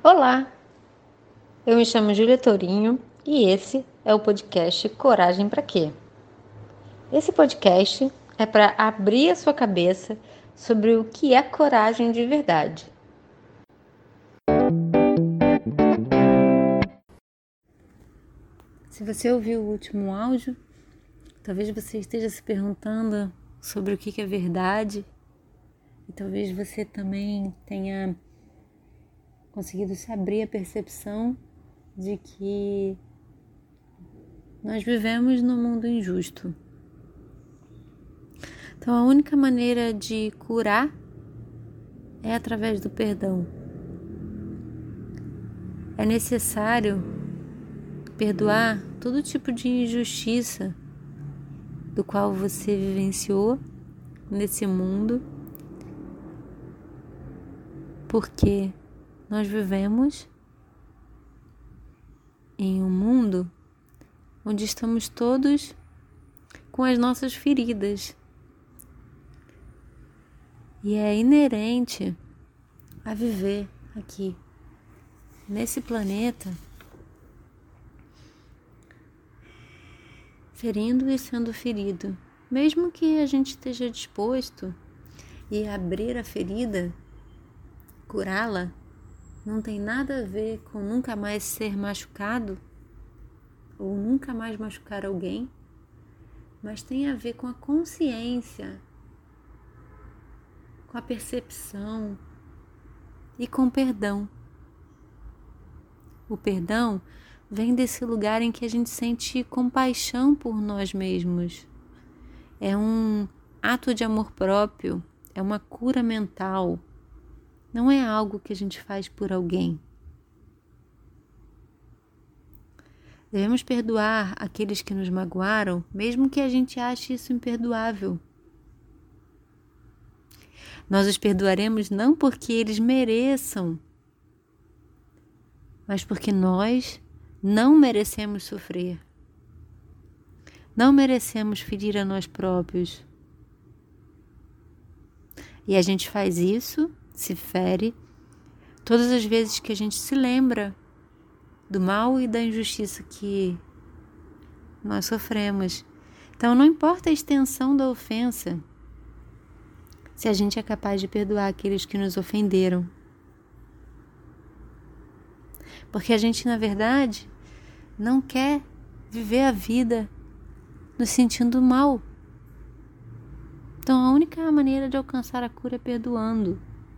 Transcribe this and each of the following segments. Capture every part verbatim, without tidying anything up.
Olá, eu me chamo Júlia Tourinho e esse é o podcast Coragem pra Quê? Esse podcast é para abrir a sua cabeça sobre o que é coragem de verdade. Se você ouviu o último áudio, talvez você esteja se perguntando sobre o que é verdade e talvez você também tenha conseguido se abrir a percepção de que nós vivemos num mundo injusto. Então, a única maneira de curar é através do perdão. É necessário perdoar todo tipo de injustiça do qual você vivenciou nesse mundo, porque nós vivemos em um mundo onde estamos todos com as nossas feridas. E é inerente a viver aqui, nesse planeta, ferindo e sendo ferido. Mesmo que a gente esteja disposto e abrir a ferida, curá-la, não tem nada a ver com nunca mais ser machucado ou nunca mais machucar alguém, mas tem a ver com a consciência, com a percepção e com o perdão. O perdão vem desse lugar em que a gente sente compaixão por nós mesmos. É um ato de amor próprio, é uma cura mental. Não é algo que a gente faz por alguém. Devemos perdoar aqueles que nos magoaram, mesmo que a gente ache isso imperdoável. Nós os perdoaremos não porque eles mereçam, mas porque nós não merecemos sofrer. Não merecemos ferir a nós próprios. E a gente faz isso, se fere, todas as vezes que a gente se lembra do mal e da injustiça que nós sofremos. Então, não importa a extensão da ofensa, se a gente é capaz de perdoar aqueles que nos ofenderam. Porque a gente, na verdade, não quer viver a vida nos sentindo mal. Então, a única maneira de alcançar a cura é perdoando.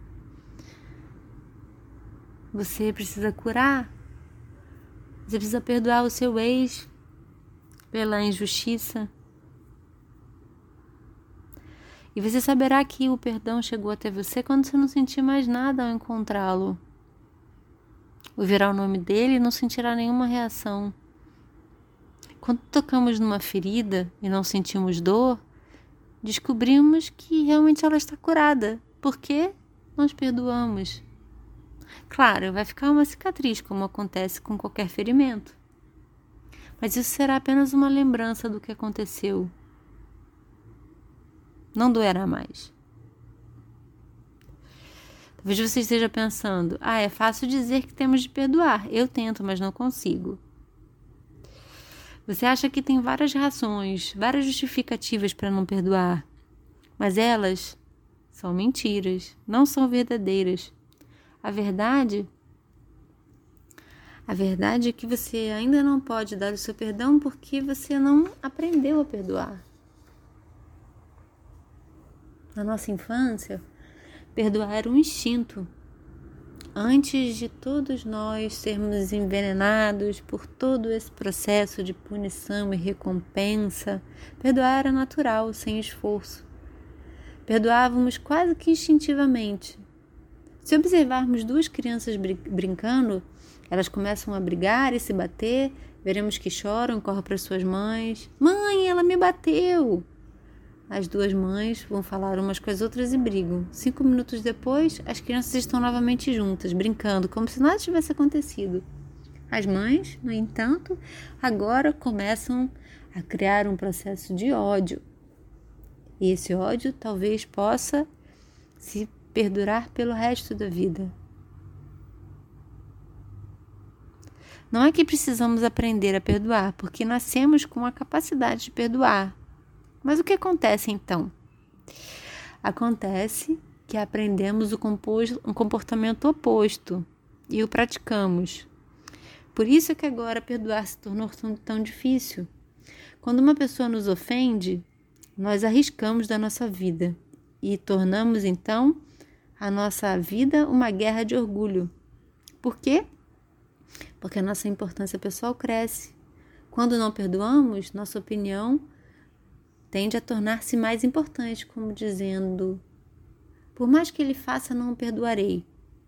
Você precisa curar. Você precisa perdoar o seu ex pela injustiça. E você saberá que o perdão chegou até você quando você não sentir mais nada ao encontrá-lo. Ouvirá o nome dele e não sentirá nenhuma reação. Quando tocamos numa ferida e não sentimos dor, descobrimos que realmente ela está curada. Por quê? Nós perdoamos. Claro, vai ficar uma cicatriz, como acontece com qualquer ferimento. Mas isso será apenas uma lembrança do que aconteceu. Não doerá mais. Talvez você esteja pensando, ah, é fácil dizer que temos de perdoar. Eu tento, mas não consigo. Você acha que tem várias razões, várias justificativas para não perdoar, mas elas são mentiras, não são verdadeiras. A verdade, a verdade é que você ainda não pode dar o seu perdão porque você não aprendeu a perdoar. Na nossa infância, perdoar era um instinto. Antes de todos nós sermos envenenados por todo esse processo de punição e recompensa, perdoar era natural, sem esforço. Perdoávamos quase que instintivamente. Se observarmos duas crianças brin- brincando, elas começam a brigar e se bater, veremos que choram, correm para suas mães. Mãe, ela me bateu! As duas mães vão falar umas com as outras e brigam. Cinco minutos depois, as crianças estão novamente juntas, brincando, como se nada tivesse acontecido. As mães, no entanto, agora começam a criar um processo de ódio. E esse ódio talvez possa se perdurar pelo resto da vida. Não é que precisamos aprender a perdoar, porque nascemos com a capacidade de perdoar. Mas o que acontece então? Acontece que aprendemos o compos- um comportamento oposto e o praticamos. Por isso é que agora perdoar se tornou tão, tão difícil. Quando uma pessoa nos ofende, nós arriscamos da nossa vida e tornamos então a nossa vida uma guerra de orgulho. Por quê? Porque a nossa importância pessoal cresce. Quando não perdoamos, nossa opinião tende a tornar-se mais importante, como dizendo: por mais que ele faça, não o perdoarei.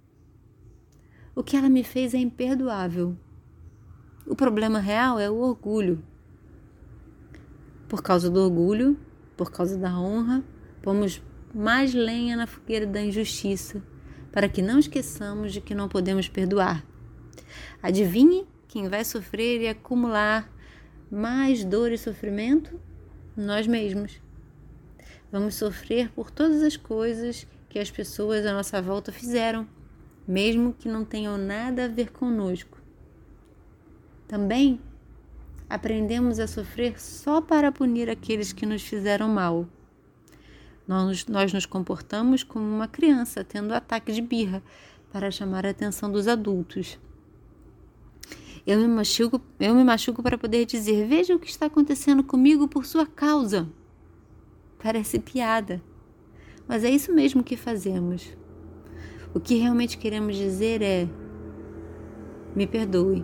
O que ela me fez é imperdoável. O problema real é o orgulho. Por causa do orgulho, por causa da honra, pomos mais lenha na fogueira da injustiça, para que não esqueçamos de que não podemos perdoar. Adivinhe quem vai sofrer e acumular mais dor e sofrimento? Nós mesmos. Vamos sofrer por todas as coisas que as pessoas à nossa volta fizeram, mesmo que não tenham nada a ver conosco. Também aprendemos a sofrer só para punir aqueles que nos fizeram mal. Nós, nós nos comportamos como uma criança tendo ataque de birra para chamar a atenção dos adultos. Eu me machuco, eu me machuco para poder dizer: veja o que está acontecendo comigo por sua causa. Parece piada, mas é isso mesmo que fazemos. O que realmente queremos dizer é: me perdoe.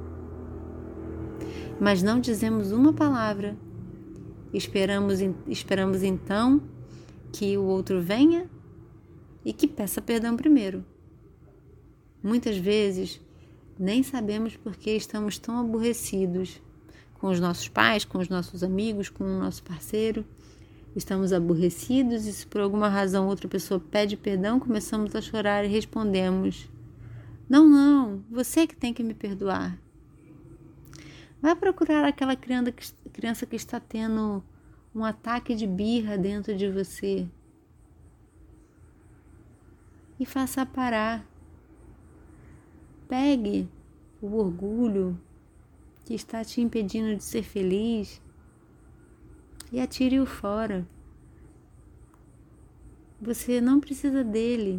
Mas não dizemos uma palavra. Esperamos, esperamos então que o outro venha e que peça perdão primeiro. Muitas vezes nem sabemos por que estamos tão aborrecidos com os nossos pais, com os nossos amigos, com o nosso parceiro. Estamos aborrecidos e se por alguma razão outra pessoa pede perdão, começamos a chorar e respondemos: não, não, você que tem que me perdoar. Vai procurar aquela criança que está tendo um ataque de birra dentro de você e faça parar. Pegue o orgulho que está te impedindo de ser feliz e atire-o fora. Você não precisa dele.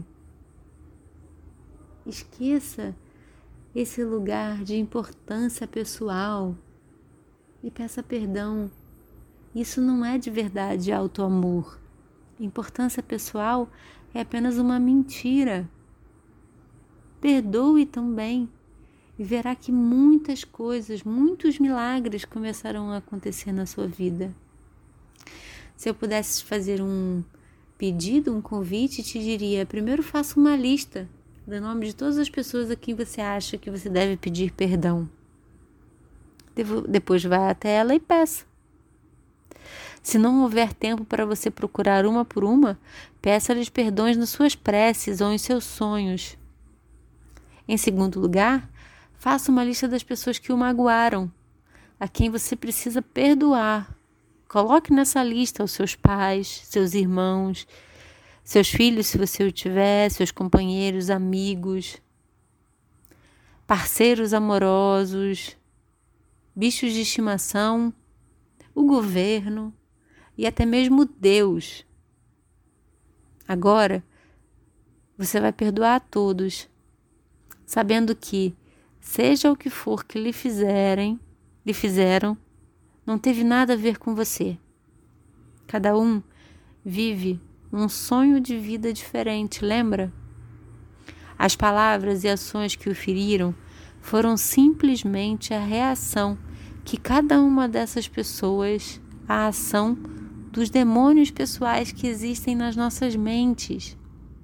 Esqueça esse lugar de importância pessoal e peça perdão. Isso não é de verdade auto-amor. Importância pessoal é apenas uma mentira. Perdoe também e verá que muitas coisas, muitos milagres começarão a acontecer na sua vida. Se eu pudesse fazer um pedido, um convite, te diria: primeiro faça uma lista do nome de todas as pessoas a quem você acha que você deve pedir perdão. Depois vá até ela e peça. Se não houver tempo para você procurar uma por uma, peça-lhes perdões nas suas preces ou em seus sonhos. Em segundo lugar, faça uma lista das pessoas que o magoaram, a quem você precisa perdoar. Coloque nessa lista os seus pais, seus irmãos, seus filhos, se você o tiver, seus companheiros, amigos, parceiros amorosos, bichos de estimação, o governo e até mesmo Deus. Agora, você vai perdoar a todos, sabendo que, seja o que for que lhe fizerem, lhe fizeram, não teve nada a ver com você. Cada um vive um sonho de vida diferente, lembra? As palavras e ações que o feriram foram simplesmente a reação que cada uma dessas pessoas, a ação dos demônios pessoais que existem nas nossas mentes.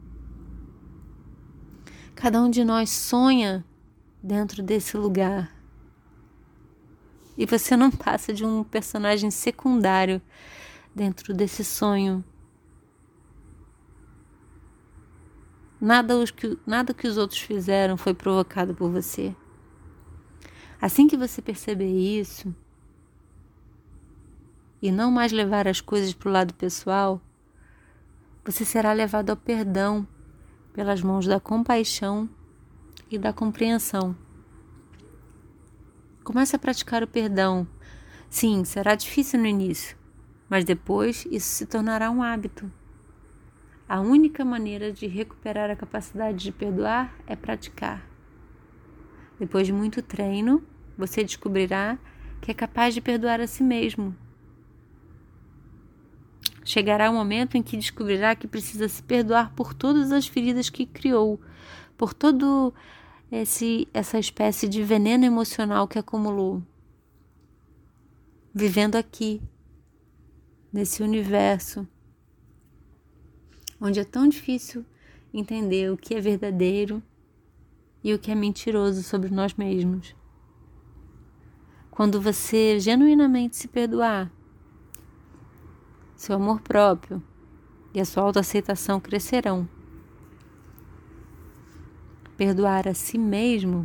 Cada um de nós sonha dentro desse lugar. E você não passa de um personagem secundário dentro desse sonho. Nada, os que, nada que os outros fizeram foi provocado por você. Assim que você perceber isso e não mais levar as coisas para o lado pessoal, você será levado ao perdão pelas mãos da compaixão e da compreensão. Comece a praticar o perdão. Sim, será difícil no início, mas depois isso se tornará um hábito. A única maneira de recuperar a capacidade de perdoar é praticar. Depois de muito treino, você descobrirá que é capaz de perdoar a si mesmo. Chegará um momento em que descobrirá que precisa se perdoar por todas as feridas que criou, por todo esse, essa espécie de veneno emocional que acumulou. Vivendo aqui, nesse universo, onde é tão difícil entender o que é verdadeiro e o que é mentiroso sobre nós mesmos. Quando você genuinamente se perdoar, seu amor próprio e a sua autoaceitação crescerão. Perdoar a si mesmo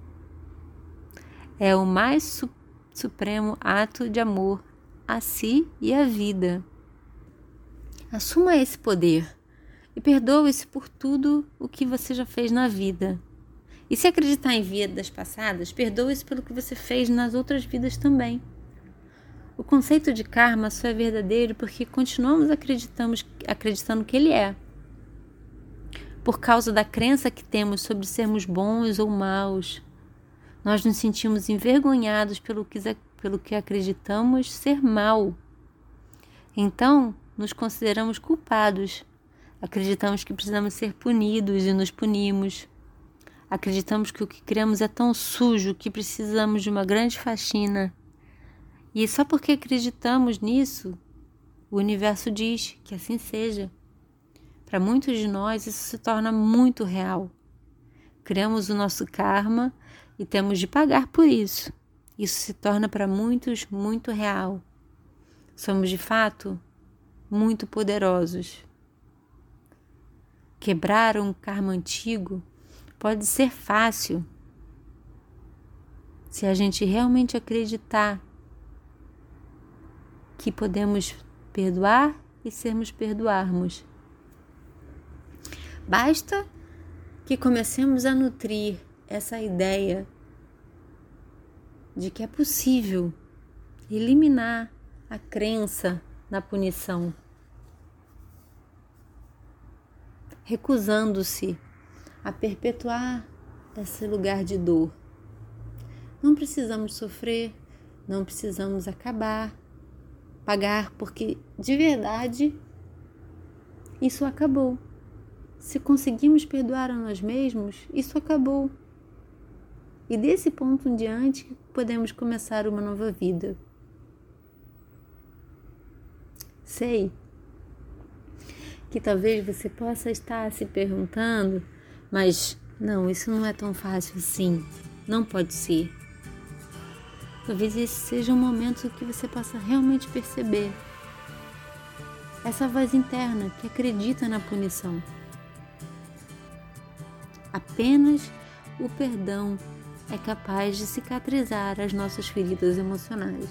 é o mais su- supremo ato de amor a si e à vida. Assuma esse poder e perdoe-se por tudo o que você já fez na vida. E se acreditar em vidas passadas, perdoe-se pelo que você fez nas outras vidas também. O conceito de karma só é verdadeiro porque continuamos acreditamos, acreditando que ele é. Por causa da crença que temos sobre sermos bons ou maus, nós nos sentimos envergonhados pelo que, pelo que acreditamos ser mal. Então, nos consideramos culpados. Acreditamos que precisamos ser punidos e nos punimos. Acreditamos que o que criamos é tão sujo que precisamos de uma grande faxina. E só porque acreditamos nisso, o universo diz que assim seja. Para muitos de nós, isso se torna muito real. Criamos o nosso karma e temos de pagar por isso. Isso se torna para muitos muito real. Somos, de fato, muito poderosos. Quebrar um karma antigo pode ser fácil se a gente realmente acreditar que podemos perdoar e sermos perdoarmos. Basta que comecemos a nutrir essa ideia de que é possível eliminar a crença na punição, recusando-se a perpetuar esse lugar de dor. Não precisamos sofrer, não precisamos acabar, pagar, porque de verdade isso acabou. Se conseguimos perdoar a nós mesmos, isso acabou. E desse ponto em diante podemos começar uma nova vida. Sei que talvez você possa estar se perguntando, mas não, isso não é tão fácil assim, não pode ser. Talvez esse seja um momento que você possa realmente perceber essa voz interna que acredita na punição. Apenas o perdão é capaz de cicatrizar as nossas feridas emocionais.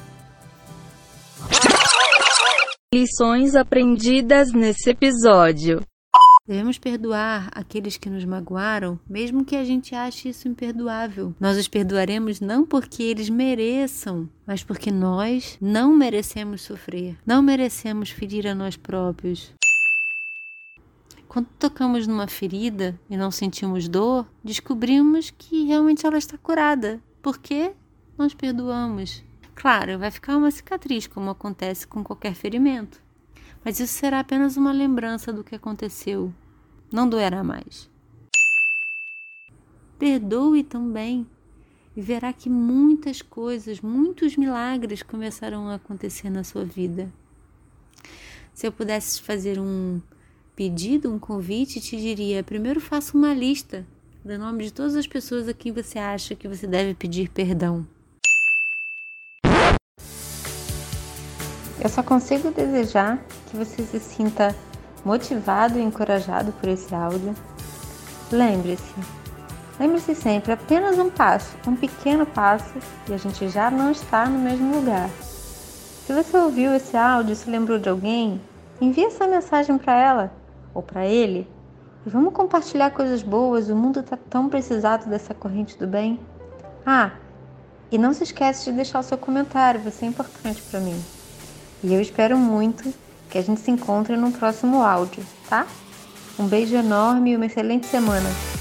Lições aprendidas nesse episódio. Devemos perdoar aqueles que nos magoaram, mesmo que a gente ache isso imperdoável. Nós os perdoaremos não porque eles mereçam, mas porque nós não merecemos sofrer, não merecemos ferir a nós próprios. Quando tocamos numa ferida e não sentimos dor, descobrimos que realmente ela está curada, porque nós perdoamos. Claro, vai ficar uma cicatriz, como acontece com qualquer ferimento. Mas isso será apenas uma lembrança do que aconteceu. Não doerá mais. Perdoe também e verá que muitas coisas, muitos milagres começarão a acontecer na sua vida. Se eu pudesse fazer um pedido, um convite, te diria: primeiro faça uma lista do nome de todas as pessoas a quem você acha que você deve pedir perdão. Eu só consigo desejar que você se sinta motivado e encorajado por esse áudio. Lembre-se, lembre-se sempre, apenas um passo, um pequeno passo, e a gente já não está no mesmo lugar. Se você ouviu esse áudio e se lembrou de alguém, envie essa mensagem para ela ou para ele e vamos compartilhar coisas boas. O mundo está tão precisado dessa corrente do bem. Ah, E não se esquece de deixar o seu comentário, você é importante para mim. E eu espero muito que a gente se encontre no próximo áudio, tá? Um beijo enorme e uma excelente semana.